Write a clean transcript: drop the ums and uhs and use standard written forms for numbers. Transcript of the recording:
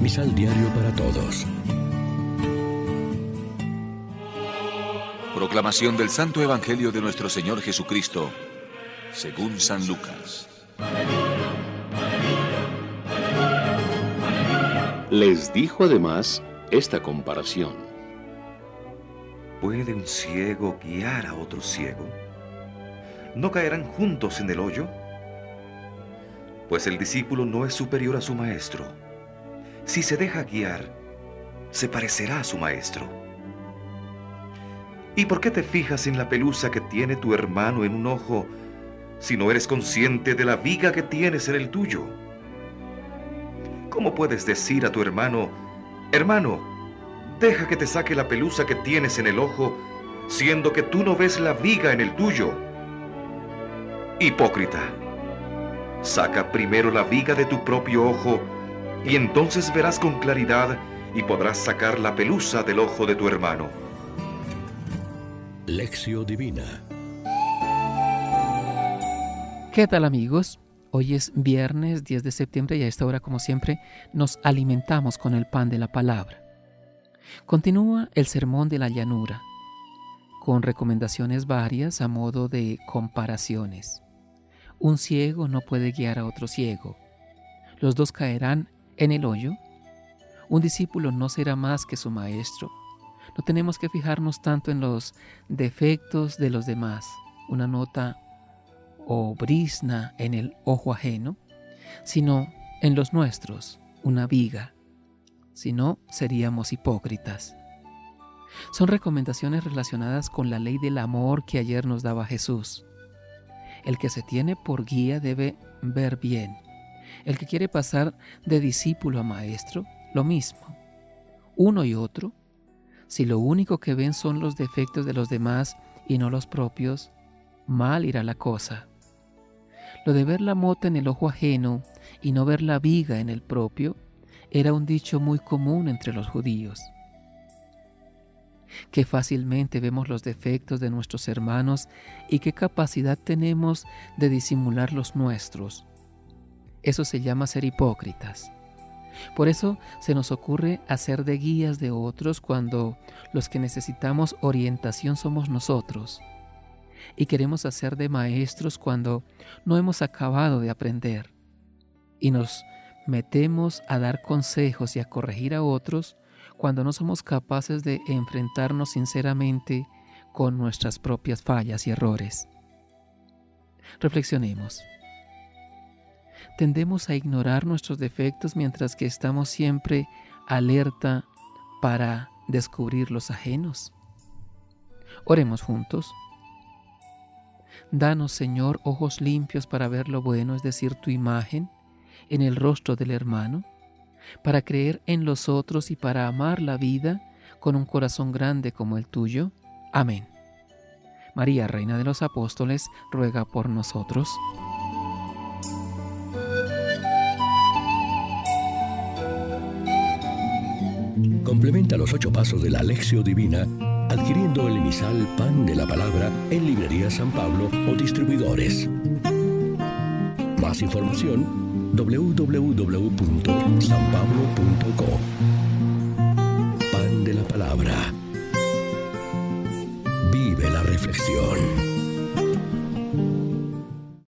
Misal Diario para Todos. Proclamación del Santo Evangelio de nuestro Señor Jesucristo, según San Lucas. Les dijo además esta comparación. ¿Puede un ciego guiar a otro ciego? ¿No caerán juntos en el hoyo? Pues el discípulo no es superior a su maestro. Si se deja guiar, se parecerá a su maestro. ¿Y por qué te fijas en la pelusa que tiene tu hermano en un ojo, si no eres consciente de la viga que tienes en el tuyo? ¿Cómo puedes decir a tu hermano, hermano, deja que te saque la pelusa que tienes en el ojo, siendo que tú no ves la viga en el tuyo? Hipócrita, saca primero la viga de tu propio ojo, y entonces verás con claridad y podrás sacar la pelusa del ojo de tu hermano. Lección Divina. ¿Qué tal, amigos? Hoy es viernes 10 de septiembre y a esta hora, como siempre, nos alimentamos con el pan de la palabra. Continúa el sermón de la llanura, con recomendaciones varias a modo de comparaciones. Un ciego no puede guiar a otro ciego. Los dos caerán en el hoyo. Un discípulo no será más que su maestro. No tenemos que fijarnos tanto en los defectos de los demás. Una nota o brizna en el ojo ajeno, sino en los nuestros, una viga. Si no, seríamos hipócritas. Son recomendaciones relacionadas con la ley del amor que ayer nos daba Jesús. El que se tiene por guía debe ver bien. El que quiere pasar de discípulo a maestro, lo mismo. Uno y otro, si lo único que ven son los defectos de los demás y no los propios, mal irá la cosa. Lo de ver la mota en el ojo ajeno y no ver la viga en el propio era un dicho muy común entre los judíos. Qué fácilmente vemos los defectos de nuestros hermanos y qué capacidad tenemos de disimular los nuestros. Eso se llama ser hipócritas. Por eso se nos ocurre hacer de guías de otros cuando los que necesitamos orientación somos nosotros. Y queremos hacer de maestros cuando no hemos acabado de aprender. Y nos metemos a dar consejos y a corregir a otros cuando no somos capaces de enfrentarnos sinceramente con nuestras propias fallas y errores. Reflexionemos. Tendemos a ignorar nuestros defectos mientras que estamos siempre alerta para descubrir los ajenos. Oremos juntos. Danos, Señor, ojos limpios para ver lo bueno, es decir, tu imagen, en el rostro del hermano, para creer en los otros y para amar la vida con un corazón grande como el tuyo. Amén. María, Reina de los Apóstoles, ruega por nosotros. Complementa los 8 pasos de la Lección Divina adquiriendo el emisal Pan de la Palabra en Librería San Pablo o distribuidores. Más información www.sanpablo.co. Pan de la Palabra. Vive la reflexión.